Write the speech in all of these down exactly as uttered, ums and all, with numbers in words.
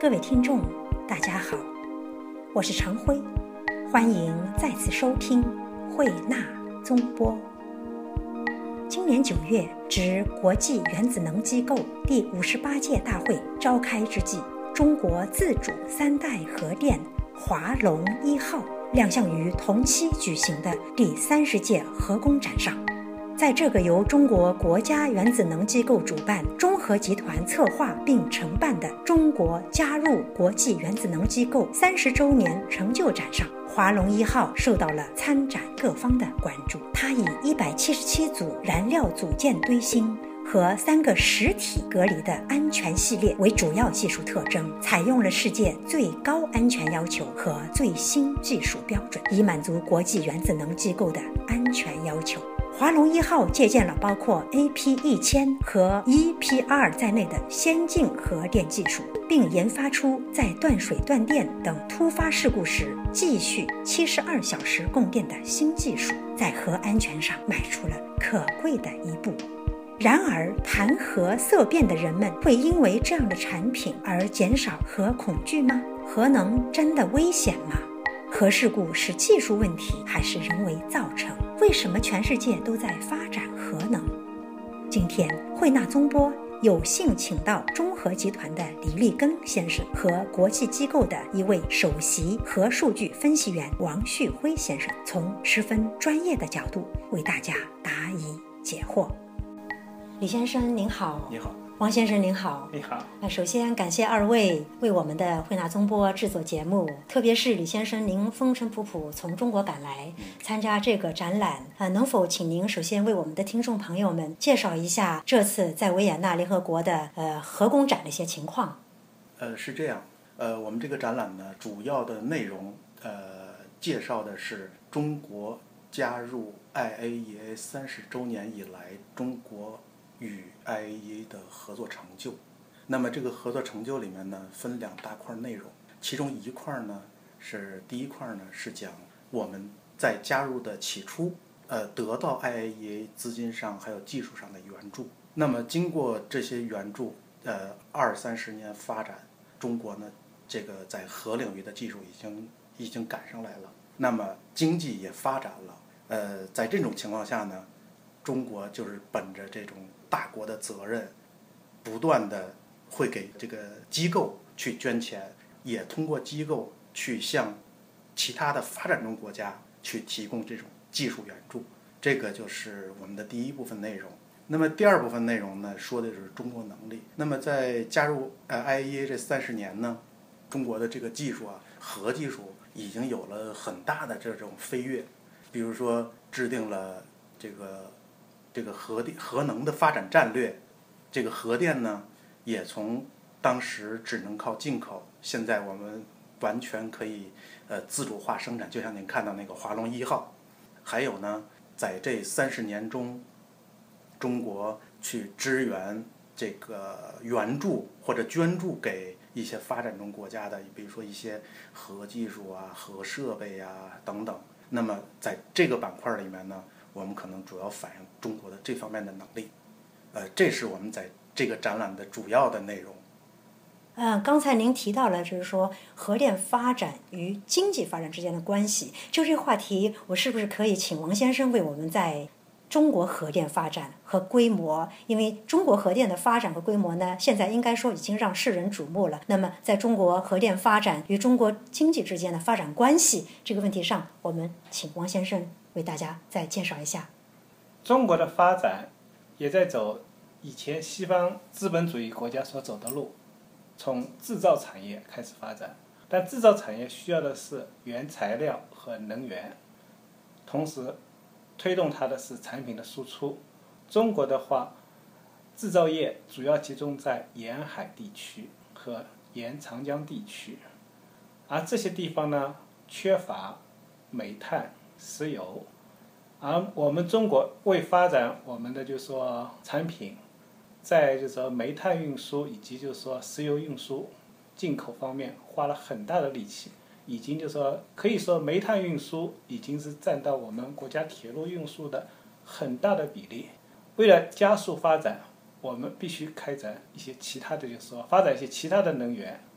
各位听众，大家好，我是常辉，欢迎再次收听慧纳综播。今年九月，值国际原子能机构第五十八届大会召开之际，中国自主三代核电华龙一号亮相于同期举行的第三十届核工展上。在这个由中国国家原子能机构主办、中核集团策划并承办的中国加入国际原子能机构三十周年成就展上，华龙一号受到了参展各方的关注。它以一百七十七组燃料组件堆芯和三个实体隔离的安全系列为主要技术特征，采用了世界最高安全要求和最新技术标准，以满足国际原子能机构的安全要求。华龙一号借鉴了包括 A P 一千 和 E P 二 在内的先进核电技术，并研发出在断水断电等突发事故时继续七十二小时供电的新技术，在核安全上迈出了可贵的一步。然而，谈核色变的人们会因为这样的产品而减少核恐惧吗？核能真的危险吗？核事故是技术问题还是人为造成？为什么全世界都在发展核能？今天慧纳综播有幸请到中核集团的李立根先生和国际机构的一位首席核数据分析员王旭辉先生，从十分专业的角度为大家答疑解惑。李先生您好。 你好。 王先生您好。 你好。 那首先感谢二位为我们的慧纳综播制作节目，特别是李先生您风尘仆仆从中国赶来参加这个展览，呃，能否请您首先为我们的听众朋友们介绍一下这次在维也纳联合国的呃核工展的一些情况？ 呃，是这样，呃，我们这个展览呢，主要的内容呃介绍的是中国加入 I A E A 三十周年以来中国与 I A E A 的合作成就。那么这个合作成就里面呢，分两大块内容，其中一块呢是第一块呢是讲我们在加入的起初，呃，得到 I A E A 资金上还有技术上的援助。那么经过这些援助，呃，二三十年发展，中国呢这个在核领域的技术已经已经赶上来了，那么经济也发展了。呃，在这种情况下呢，中国就是本着这种大国的责任，不断的会给这个机构去捐钱，也通过机构去向其他的发展中国家去提供这种技术援助。这个就是我们的第一部分内容。那么第二部分内容呢，说的是中国能力。那么在加入呃 I A E A 这三十年呢，中国的这个技术啊，核技术已经有了很大的这种飞跃。比如说制定了这个这个核电核能的发展战略，这个核电呢也从当时只能靠进口，现在我们完全可以呃自主化生产，就像您看到那个华龙一号。还有呢，在这三十年中，中国去支援这个援助或者捐助给一些发展中国家的，比如说一些核技术啊、核设备啊等等。那么在这个板块里面呢，我们可能主要反映中国的这方面的能力，呃，这是我们在这个展览的主要的内容。 嗯，刚才您提到了，就是说核电发展与经济发展之间的关系。就这个话题，我是不是可以请王先生为我们在中国核电发展和规模，因为中国核电的发展和规模呢，现在应该说已经让世人瞩目了。那么，在中国核电发展与中国经济之间的发展关系这个问题上，我们请王先生为大家再介绍一下。 中国的发展也在走以前西方资本主义国家所走的路，从制造产业开始发展，但制造产业需要的是原材料和能源，同时推动它的是产品的输出。中国的话，制造业主要集中在沿海地区和沿长江地区，而这些地方呢缺乏煤炭、石油，而我们中国为发展我们的就是说产品，在就是说煤炭运输以及就是说石油运输、进口方面花了很大的力气。已经就说可以说煤炭运输已经是占到我们国家铁路运输的很大的比例。为了加速发展，我们必须开展一些其他的，就是说发展一些其他的能源，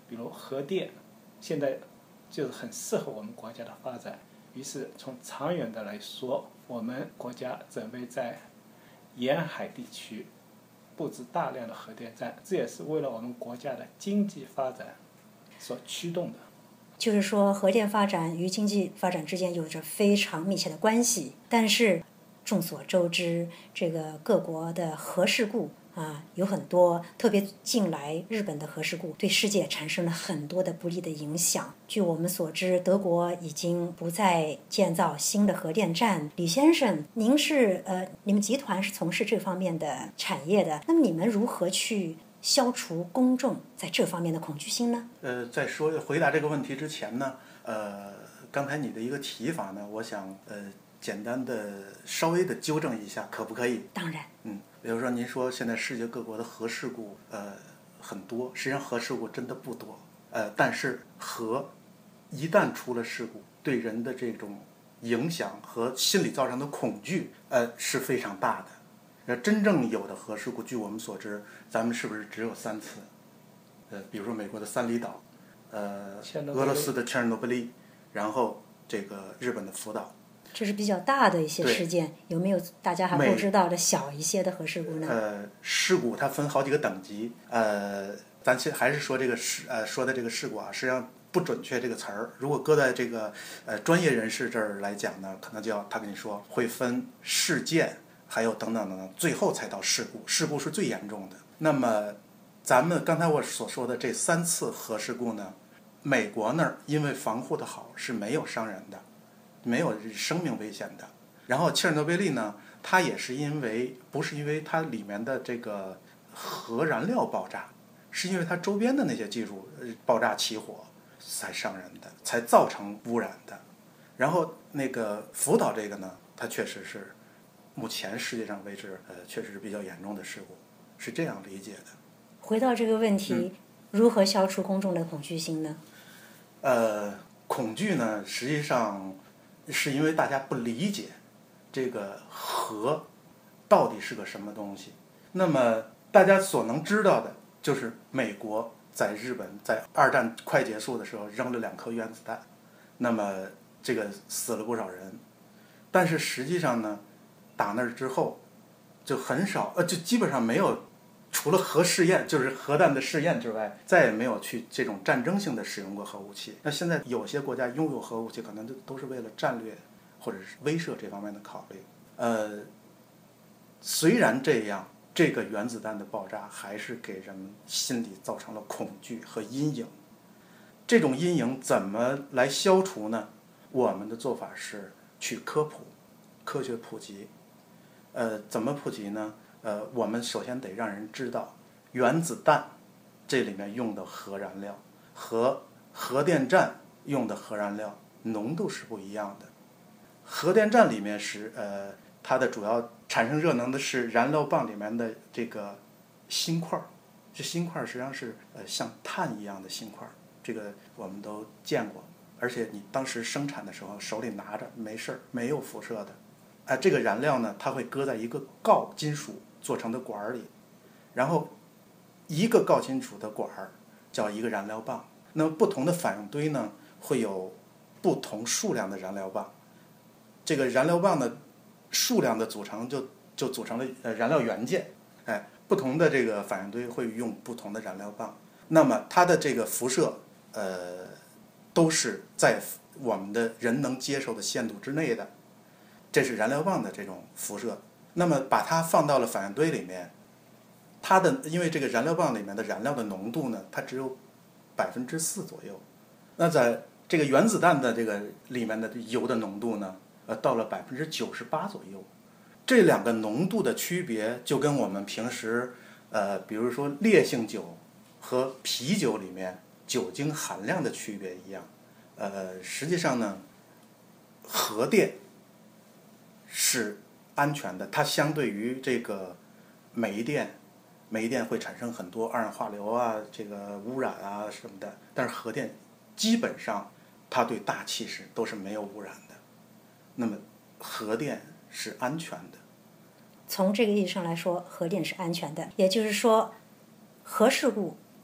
比如核电，现在就是很适合我们国家的发展。于是从长远的来说，我们国家准备在沿海地区布置大量的核电站，这也是为了我们国家的经济发展所驱动的。 就是说，核电发展与经济发展之间有着非常密切的关系。但是众所周知，这个各国的核事故啊有很多，特别近来日本的核事故对世界产生了很多的不利的影响。据我们所知，德国已经不再建造新的核电站。李先生，您是呃，你们集团是从事这方面的产业的，那么你们如何去消除公众在这方面的恐惧心呢？ 呃，在说回答这个问题之前呢，呃，刚才你的一个提法呢，我想呃简单的稍微的纠正一下，可不可以？ 当然。 嗯，比如说您说现在世界各国的核事故呃很多，实际上核事故真的不多，呃，但是核一旦出了事故，对人的这种影响和心理造成的恐惧呃是非常大的。呃，真正有的核事故，据我们所知，咱们是不是只有三次？呃，比如说美国的三里岛，呃，俄罗斯的切尔诺贝利，然后这个日本的福岛。 这是比较大的一些事件，有没有大家还不知道的小一些的核事故呢？ 呃，事故它分好几个等级，呃，咱先还是说这个事呃说的这个事故啊，实际上不准确这个词儿。如果搁在这个呃专业人士这儿来讲呢，可能就要他跟你说会分事件。还有等等等等，最后才到事故，事故是最严重的。那么，咱们刚才我所说的这三次核事故呢，美国那儿因为防护的好是没有伤人的，没有生命危险的。然后切尔诺贝利呢，它也是因为不是因为它里面的这个核燃料爆炸，是因为它周边的那些技术爆炸起火才伤人的，才造成污染的。然后那个福岛这个呢，它确实是。目前世界上为止，呃，确实是比较严重的事故，是这样理解的。 回到这个问题， 嗯、 如何消除公众的恐惧心呢？ 呃，恐惧呢，实际上是因为大家不理解这个核到底是个什么东西。那么大家所能知道的就是美国在日本在二战快结束的时候扔了两颗原子弹，那么这个死了不少人，但是实际上呢。打那儿之后，就很少，呃，就基本上没有，除了核试验，就是核弹的试验之外，再也没有去这种战争性的使用过核武器。那现在有些国家拥有核武器，可能都都是为了战略或者是威慑这方面的考虑。呃，虽然这样，这个原子弹的爆炸还是给人们心里造成了恐惧和阴影。这种阴影怎么来消除呢？我们的做法是去科普，科学普及。呃，怎么普及呢？呃，我们首先得让人知道，原子弹这里面用的核燃料和核电站用的核燃料浓度是不一样的。核电站里面是呃，它的主要产生热能的是燃料棒里面的这个芯块，这芯块实际上是呃像碳一样的芯块，这个我们都见过，而且你当时生产的时候手里拿着没事儿，没有辐射的。啊，这个燃料呢，它会搁在一个锆金属做成的管里，然后一个锆金属的管叫一个燃料棒。那么不同的反应堆呢，会有不同数量的燃料棒。这个燃料棒的数量的组成就就组成了呃燃料元件。哎，不同的这个反应堆会用不同的燃料棒。那么它的这个辐射呃都是在我们的人能接受的限度之内的。这是燃料棒的这种辐射，那么把它放到了反应堆里面，它的因为这个燃料棒里面的燃料的浓度呢，它只有百分之四左右，那在这个原子弹的这个里面的油的浓度呢，呃，到了百分之九十八左右。这两个浓度的区别，就跟我们平时呃，比如说烈性酒和啤酒里面酒精含量的区别一样。呃，实际上呢，核电是安全的，它相对于这个煤电，煤电会产生很多二氧化硫啊，这个污染啊什么的，但是核电基本上它对大气是都是没有污染的。那么核电是安全的。 从这个意义上来说，核电是安全的，也就是说，核事故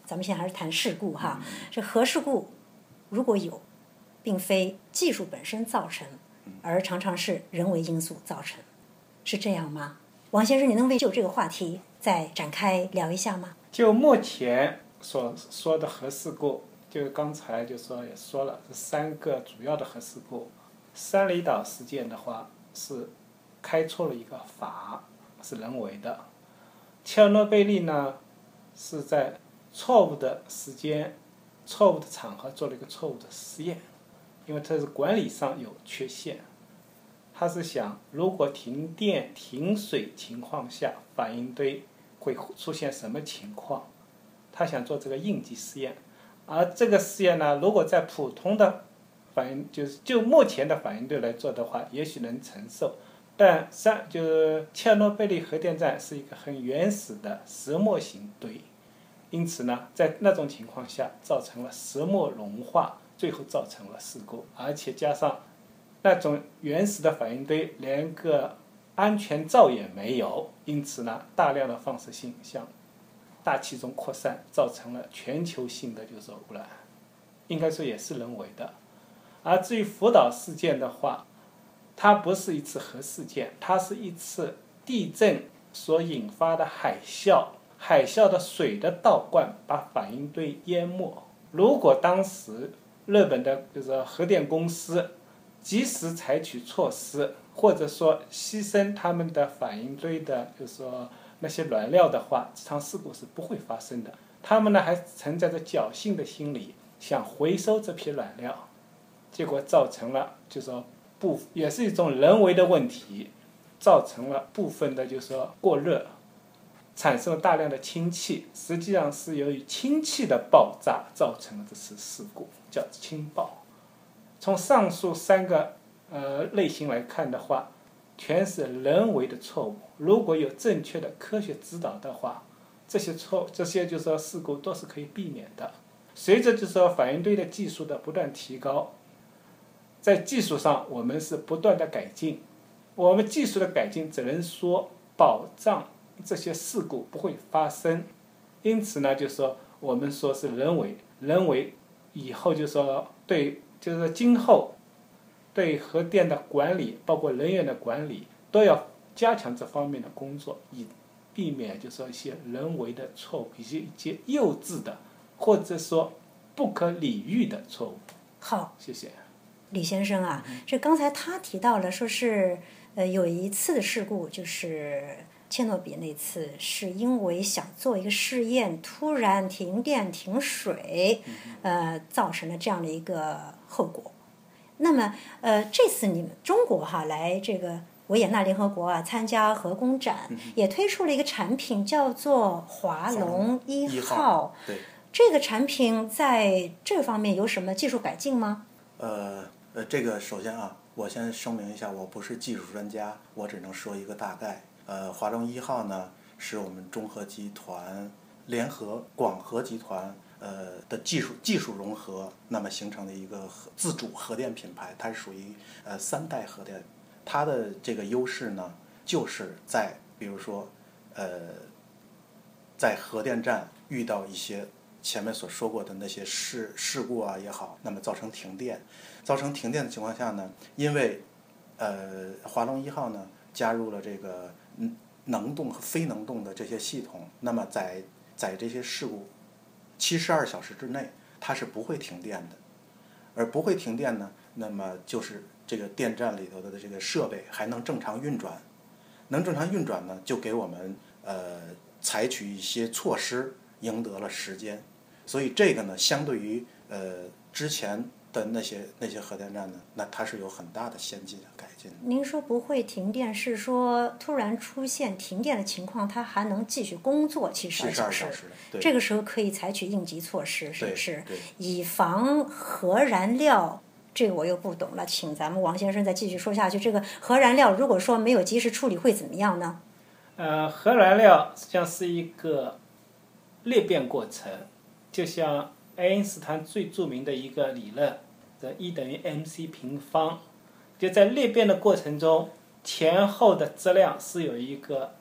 咱们现在还是谈事故哈。这核事故如果有，并非技术本身造成，而常常是人为因素造成，是这样吗？王先生，你能为就这个话题再展开聊一下吗？ 就目前所说的核事故，就刚才就说也说了，这三个主要的核事故。三里岛事件的话是开错了一个阀，是人为的。切尔诺贝利呢是在错误的时间、错误的场合做了一个错误的实验，因为它是管理上有缺陷。他是想，如果停电、停水情况下，反应堆会出现什么情况？他想做这个应急试验，而这个试验呢，如果在普通的反应，就是就目前的反应堆来做的话，也许能承受。但三就是切尔诺贝利核电站是一个很原始的石墨型堆，因此呢，在那种情况下造成了石墨融化，最后造成了事故，而且加上那种原始的反应堆连个安全罩也没有，因此呢，大量的放射性向大气中扩散，造成了全球性的就是污染，应该说也是人为的。而至于福岛事件的话，它不是一次核事件，它是一次地震所引发的海啸，海啸的水的倒灌把反应堆淹没。如果当时日本的就是核电公司及时采取措施，或者说牺牲他们的反应堆的就是说那些燃料的话，这场事故是不会发生的。他们呢还存在着侥幸的心理，想回收这批燃料，结果造成了就是说不也是一种人为的问题，造成了部分的就是说过热，产生了大量的氢气，实际上是由于氢气的爆炸造成了这次事故，叫氢爆。从上述三个呃类型来看的话，全是人为的错误。如果有正确的科学指导的话，这些错这些就是说事故都是可以避免的。随着就是说反应堆的技术的不断提高，在技术上我们是不断的改进，我们技术的改进只能说保障这些事故不会发生。因此呢，就是说我们说是人为，人为以后就是说对，就是说今后对核电的管理，包括人员的管理，都要加强这方面的工作，以避免就是说一些人为的错误，以及一些幼稚的或者说不可理喻的错误。 好， 谢谢。 李先生啊，这刚才他提到了，说是呃有一次的事故，就是切诺比那次，是因为想做一个试验，突然停电停水，呃，造成了这样的一个后果。那么呃，这次你们中国哈来这个维也纳联合国啊参加核工展，嗯、也推出了一个产品，叫做华龙一号。 对， 这个产品在这方面有什么技术改进吗？ 呃呃，这个首先啊，我先声明一下，我不是技术专家，我只能说一个大概。呃，华龙一号呢，是我们中核集团联合广核集团呃的技术技术融合，那么形成的一个自主核电品牌，它是属于呃三代核电。它的这个优势呢，就是在比如说呃，在核电站遇到一些前面所说过的那些事事故啊也好，那么造成停电，造成停电的情况下呢，因为呃华龙一号呢加入了这个能动和非能动的这些系统，那么在在这些事故七十二小时之内，它是不会停电的。而不会停电呢，那么就是这个电站里头的这个设备还能正常运转，能正常运转呢，就给我们呃采取一些措施，赢得了时间。所以这个呢，相对于呃之前的那些那些核电站呢，那它是有很大的先进的改进。 您说不会停电，是说突然出现停电的情况，它还能继续工作七十二小时？ 对， 这个时候可以采取应急措施，是不是？ 对， 以防核燃料。这个我又不懂了，请咱们王先生再继续说下去。这个核燃料如果说没有及时处理，会怎么样呢？ 呃，核燃料实际上是一个裂变过程，就像爱因斯坦最著名的一个理论，这 E 等于 mc 平方，就在裂变的过程中，前后的质量是有一个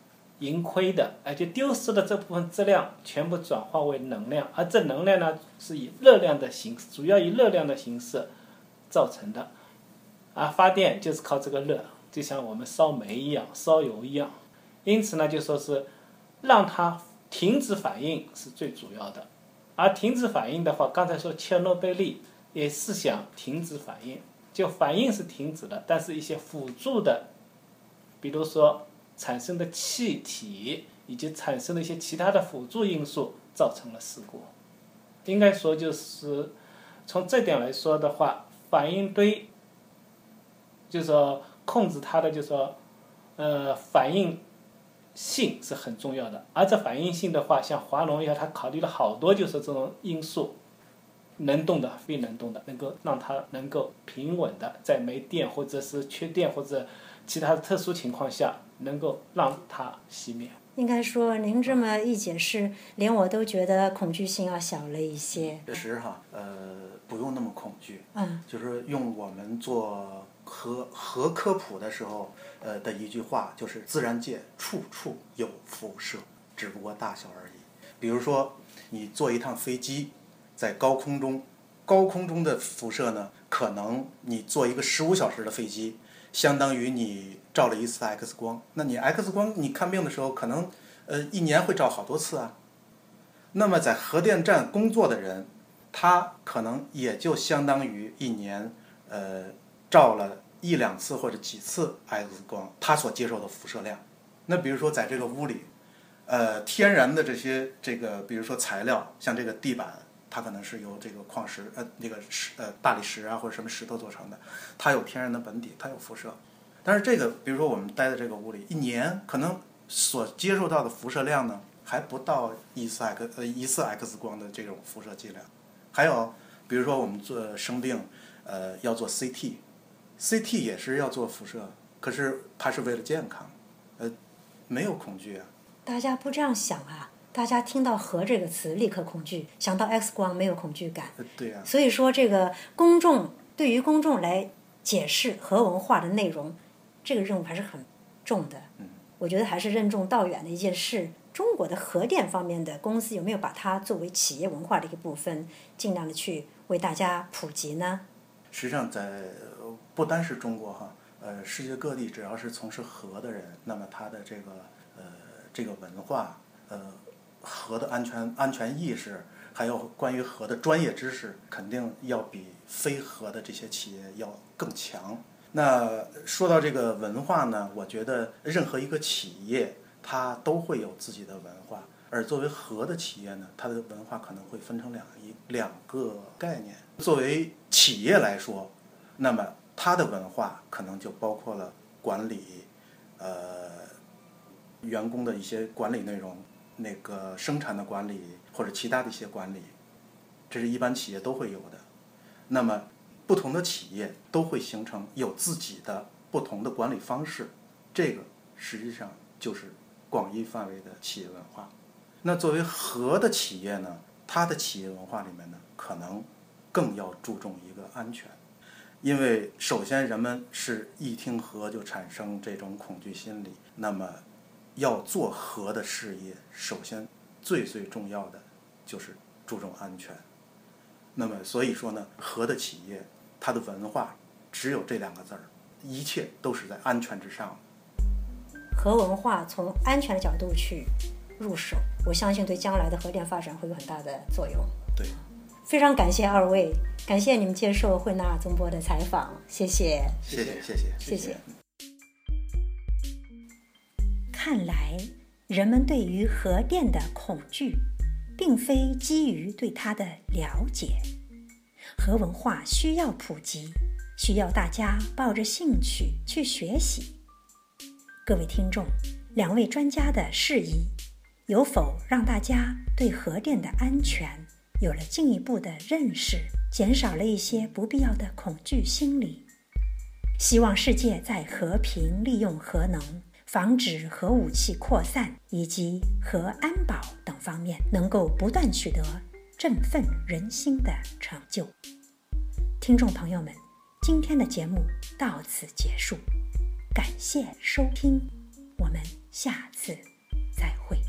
盈亏的，而且丢失的这部分质量全部转化为能量，而这能量呢是以热量的形式，主要以热量的形式造成的。而发电就是靠这个热，就像我们烧煤一样，烧油一样。因此呢，就说是让它停止反应是最主要的。而停止反应的话，刚才说切尔诺贝利也是想停止反应，就反应是停止了，但是一些辅助的，比如说产生的气体以及产生的一些其他的辅助因素造成了事故。应该说就是从这点来说的话，反应堆就是说控制它的就是说呃反应性是很重要的。而这反应性的话，像华龙一样，它考虑了好多就是这种因素，能动的非能动的，能够让它能够平稳的在没电或者是缺电或者其他的特殊情况下能够让它熄灭。 应该说您这么一解释，连我都觉得恐惧性要小了一些。 确实哈，呃，不用那么恐惧。 嗯， 就是用我们做核核科普的时候，呃的一句话，就是自然界处处有辐射，只不过大小而已。比如说，你坐一趟飞机，在高空中，高空中的辐射呢，可能你坐一个十五小时的飞机，相当于你照了一次 X 光。那你 X 光你看病的时候，可能呃一年会照好多次啊。那么在核电站工作的人，他可能也就相当于一年呃照了一两次或者几次 X 光，他所接受的辐射量。那比如说在这个屋里，呃天然的这些这个比如说材料，像这个地板，它可能是由这个矿石呃那个石呃大理石啊或者什么石头做成的，它有天然的本体，它有辐射。但是这个比如说我们待在这个屋里一年，可能所接受到的辐射量呢还不到一次 X 呃一次 X 光的这种辐射剂量。还有比如说我们做生病呃要做 C T，C T 也是要做辐射，可是它是为了健康，呃没有恐惧啊。 大家不这样想啊，大家听到核这个词立刻恐惧，想到 X 光没有恐惧感。 对呀、啊。 所以说这个公众对于公众来解释核文化的内容，这个任务还是很重的。 嗯， 我觉得还是任重道远的一件事。中国的核电方面的公司有没有把它作为企业文化的一个部分，尽量的去为大家普及呢？ 实际上在不单是中国哈，呃，世界各地只要是从事核的人，那么他的这个呃这个文化，呃核的安全安全意识，还有关于核的专业知识，肯定要比非核的这些企业要更强。那说到这个文化呢，我觉得任何一个企业它都会有自己的文化，而作为核的企业呢，它的文化可能会分成两一两个概念。作为企业来说，那么它的文化可能就包括了管理，呃，员工的一些管理内容，那个生产的管理或者其他的一些管理，这是一般企业都会有的。那么不同的企业都会形成有自己的不同的管理方式，这个实际上就是广义范围的企业文化。那作为核的企业呢，它的企业文化里面呢，可能更要注重一个安全。因为首先人们是一听核就产生这种恐惧心理，那么要做核的事业，首先最最重要的就是注重安全。那么所以说呢，核的企业它的文化只有这两个字儿，一切都是在安全之上。 核文化从安全的角度去入手，我相信对将来的核电发展会有很大的作用。 对， 非常感谢二位，感谢你们接受慧纳综播的采访，谢谢。 谢谢谢谢谢谢。看来人们对于核电的恐惧，并非基于对它的了解。核文化需要普及，需要大家抱着兴趣去学习。各位听众，两位专家的释疑，有否让大家对核电的安全有了进一步的认识，减少了一些不必要的恐惧心理？希望世界在和平利用核能、防止核武器扩散以及核安保等方面能够不断取得振奋人心的成就。听众朋友们，今天的节目到此结束，感谢收听，我们下次再会。